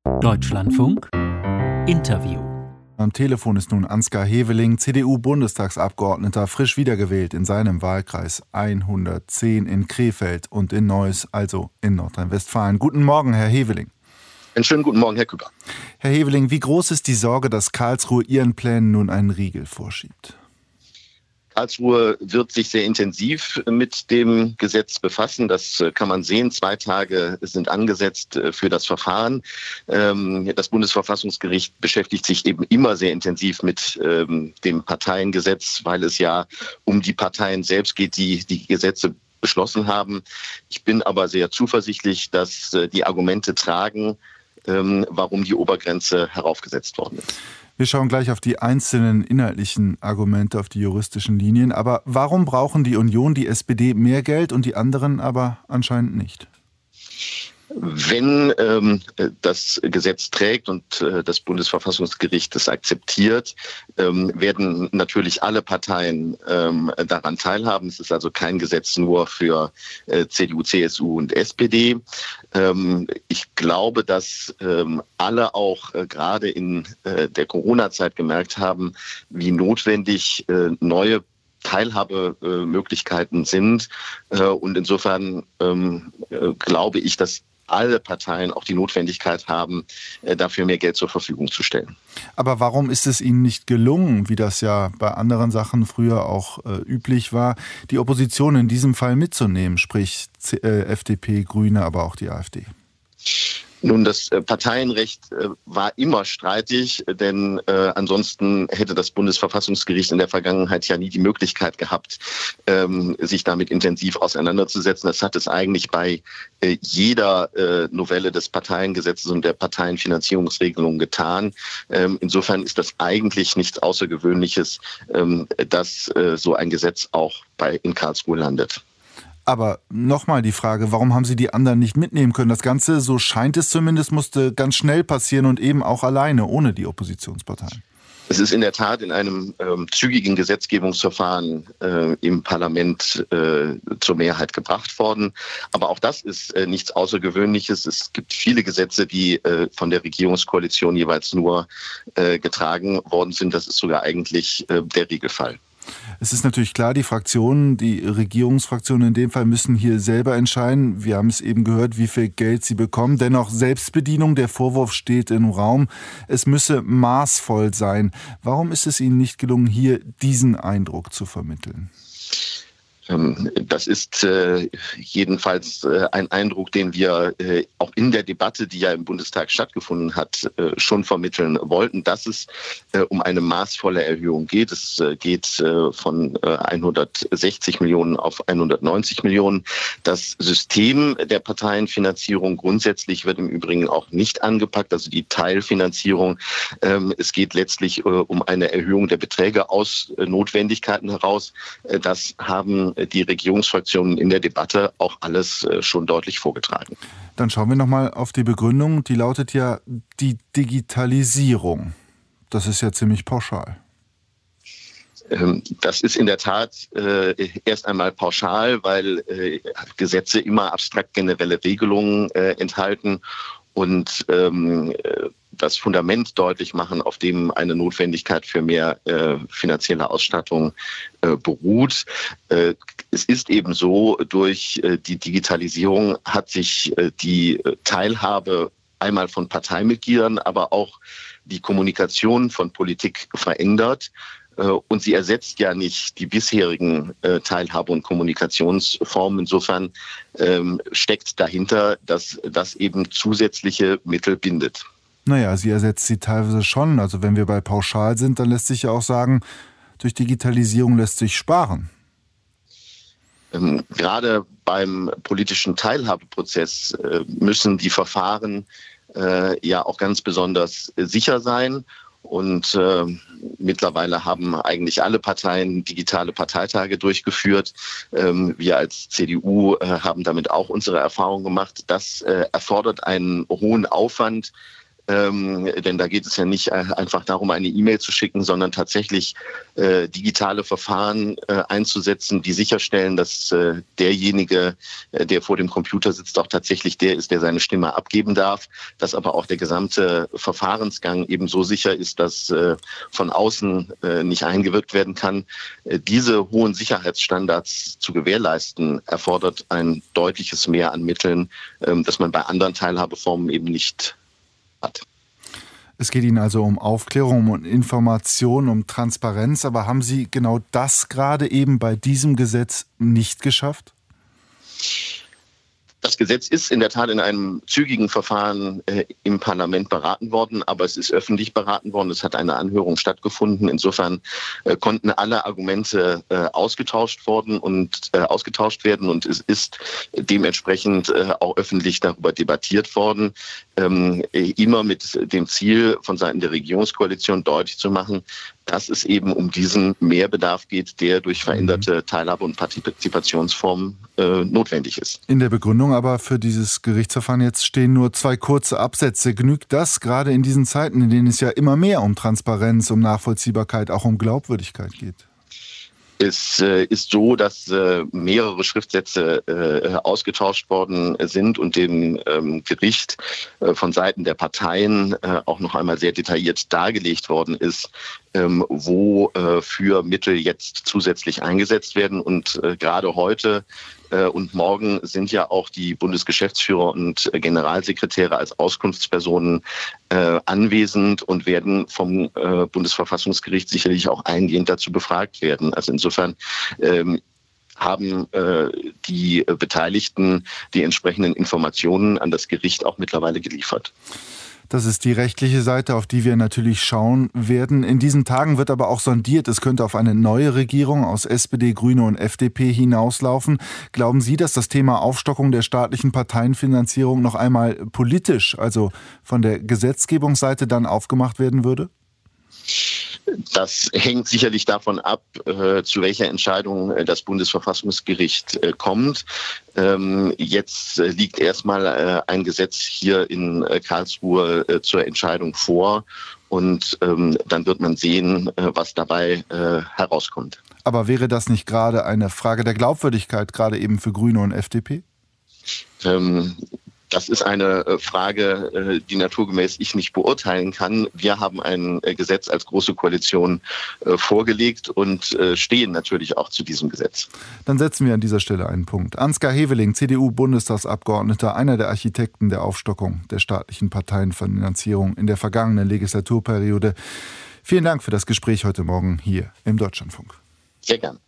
Deutschlandfunk Interview. Am Telefon ist nun Ansgar Heveling, CDU-Bundestagsabgeordneter, frisch wiedergewählt in seinem Wahlkreis 110 in Krefeld und in Neuss, also in Nordrhein-Westfalen. Guten Morgen, Herr Heveling. Einen schönen guten Morgen, Herr Küpper. Herr Heveling, wie groß ist die Sorge, dass Karlsruhe Ihren Plänen nun einen Riegel vorschiebt? Karlsruhe wird sich sehr intensiv mit dem Gesetz befassen. Das kann man sehen. 2 Tage sind angesetzt für das Verfahren. Das Bundesverfassungsgericht beschäftigt sich eben immer sehr intensiv mit dem Parteiengesetz, weil es ja um die Parteien selbst geht, die die Gesetze beschlossen haben. Ich bin aber sehr zuversichtlich, dass die Argumente tragen, warum die Obergrenze heraufgesetzt worden ist. Wir schauen gleich auf die einzelnen inhaltlichen Argumente, auf die juristischen Linien. Aber warum brauchen die Union, die SPD mehr Geld und die anderen aber anscheinend nicht? Wenn das Gesetz trägt und das Bundesverfassungsgericht es akzeptiert, werden natürlich alle Parteien daran teilhaben. Es ist also kein Gesetz nur für CDU, CSU und SPD. Ich glaube, dass alle auch gerade in der Corona-Zeit gemerkt haben, wie notwendig neue Teilhabemöglichkeiten sind. Und insofern glaube ich, dass alle Parteien auch die Notwendigkeit haben, dafür mehr Geld zur Verfügung zu stellen. Aber warum ist es Ihnen nicht gelungen, wie das ja bei anderen Sachen früher auch üblich war, die Opposition in diesem Fall mitzunehmen, sprich FDP, Grüne, aber auch die AfD? Nun, das Parteienrecht war immer streitig, denn ansonsten hätte das Bundesverfassungsgericht in der Vergangenheit ja nie die Möglichkeit gehabt, sich damit intensiv auseinanderzusetzen. Das hat es eigentlich bei jeder Novelle des Parteiengesetzes und der Parteienfinanzierungsregelung getan. Insofern ist das eigentlich nichts Außergewöhnliches, dass so ein Gesetz auch in Karlsruhe landet. Aber nochmal die Frage, warum haben Sie die anderen nicht mitnehmen können? Das Ganze, so scheint es zumindest, musste ganz schnell passieren und eben auch alleine, ohne die Oppositionsparteien. Es ist in der Tat in einem zügigen Gesetzgebungsverfahren im Parlament zur Mehrheit gebracht worden. Aber auch das ist nichts Außergewöhnliches. Es gibt viele Gesetze, die von der Regierungskoalition jeweils nur getragen worden sind. Das ist sogar eigentlich der Regelfall. Es ist natürlich klar, die Fraktionen, die Regierungsfraktionen in dem Fall müssen hier selber entscheiden. Wir haben es eben gehört, wie viel Geld sie bekommen. Dennoch Selbstbedienung, der Vorwurf steht im Raum. Es müsse maßvoll sein. Warum ist es Ihnen nicht gelungen, hier diesen Eindruck zu vermitteln? Das ist jedenfalls ein Eindruck, den wir auch in der Debatte, die ja im Bundestag stattgefunden hat, schon vermitteln wollten, dass es um eine maßvolle Erhöhung geht. Es geht von 160 Millionen auf 190 Millionen. Das System der Parteienfinanzierung grundsätzlich wird im Übrigen auch nicht angepackt, also die Teilfinanzierung. Es geht letztlich um eine Erhöhung der Beträge aus Notwendigkeiten heraus. Das haben die Regierungsfraktionen in der Debatte auch alles schon deutlich vorgetragen. Dann schauen wir nochmal auf die Begründung. Die lautet ja die Digitalisierung. Das ist ja ziemlich pauschal. Das ist in der Tat erst einmal pauschal, weil Gesetze immer abstrakt generelle Regelungen enthalten und das Fundament deutlich machen, auf dem eine Notwendigkeit für mehr finanzielle Ausstattung beruht. Es ist eben so, durch die Digitalisierung hat sich die Teilhabe einmal von Parteimitgliedern, aber auch die Kommunikation von Politik verändert. Und sie ersetzt ja nicht die bisherigen Teilhabe- und Kommunikationsformen. Insofern steckt dahinter, dass das eben zusätzliche Mittel bindet. Naja, sie ersetzt sie teilweise schon. Also wenn wir bei pauschal sind, dann lässt sich ja auch sagen, durch Digitalisierung lässt sich sparen. Gerade beim politischen Teilhabeprozess müssen die Verfahren ja auch ganz besonders sicher sein. Und mittlerweile haben eigentlich alle Parteien digitale Parteitage durchgeführt. Wir als CDU haben damit auch unsere Erfahrungen gemacht. Das erfordert einen hohen Aufwand, Denn da geht es ja nicht einfach darum, eine E-Mail zu schicken, sondern tatsächlich digitale Verfahren einzusetzen, die sicherstellen, dass derjenige, der vor dem Computer sitzt, auch tatsächlich der ist, der seine Stimme abgeben darf, dass aber auch der gesamte Verfahrensgang eben so sicher ist, dass von außen nicht eingewirkt werden kann. Diese hohen Sicherheitsstandards zu gewährleisten, erfordert ein deutliches Mehr an Mitteln, das man bei anderen Teilhabeformen eben nicht hat. Es geht Ihnen also um Aufklärung, um Information, um Transparenz. Aber haben Sie genau das gerade eben bei diesem Gesetz nicht geschafft? Das Gesetz ist in der Tat in einem zügigen Verfahren im Parlament beraten worden, aber es ist öffentlich beraten worden. Es hat eine Anhörung stattgefunden. Insofern konnten alle Argumente ausgetauscht werden und es ist dementsprechend auch öffentlich darüber debattiert worden. Immer mit dem Ziel von Seiten der Regierungskoalition deutlich zu machen, dass es eben um diesen Mehrbedarf geht, der durch veränderte Teilhabe- und Partizipationsformen notwendig ist. In der Begründung aber für dieses Gerichtsverfahren jetzt stehen nur 2 kurze Absätze. Genügt das gerade in diesen Zeiten, in denen es ja immer mehr um Transparenz, um Nachvollziehbarkeit, auch um Glaubwürdigkeit geht? Es ist so, dass mehrere Schriftsätze ausgetauscht worden sind und dem Gericht von Seiten der Parteien auch noch einmal sehr detailliert dargelegt worden ist, wofür Mittel jetzt zusätzlich eingesetzt werden. Und gerade heute und morgen sind ja auch die Bundesgeschäftsführer und Generalsekretäre als Auskunftspersonen anwesend und werden vom Bundesverfassungsgericht sicherlich auch eingehend dazu befragt werden. Also insofern haben die Beteiligten die entsprechenden Informationen an das Gericht auch mittlerweile geliefert. Das ist die rechtliche Seite, auf die wir natürlich schauen werden. In diesen Tagen wird aber auch sondiert, es könnte auf eine neue Regierung aus SPD, Grüne und FDP hinauslaufen. Glauben Sie, dass das Thema Aufstockung der staatlichen Parteienfinanzierung noch einmal politisch, also von der Gesetzgebungsseite dann aufgemacht werden würde? Das hängt sicherlich davon ab, zu welcher Entscheidung das Bundesverfassungsgericht kommt. Jetzt liegt erstmal ein Gesetz hier in Karlsruhe zur Entscheidung vor und dann wird man sehen, was dabei herauskommt. Aber wäre das nicht gerade eine Frage der Glaubwürdigkeit, gerade eben für Grüne und FDP? Das ist eine Frage, die naturgemäß ich nicht beurteilen kann. Wir haben ein Gesetz als Große Koalition vorgelegt und stehen natürlich auch zu diesem Gesetz. Dann setzen wir an dieser Stelle einen Punkt. Ansgar Heveling, CDU-Bundestagsabgeordneter, einer der Architekten der Aufstockung der staatlichen Parteienfinanzierung in der vergangenen Legislaturperiode. Vielen Dank für das Gespräch heute Morgen hier im Deutschlandfunk. Sehr gern.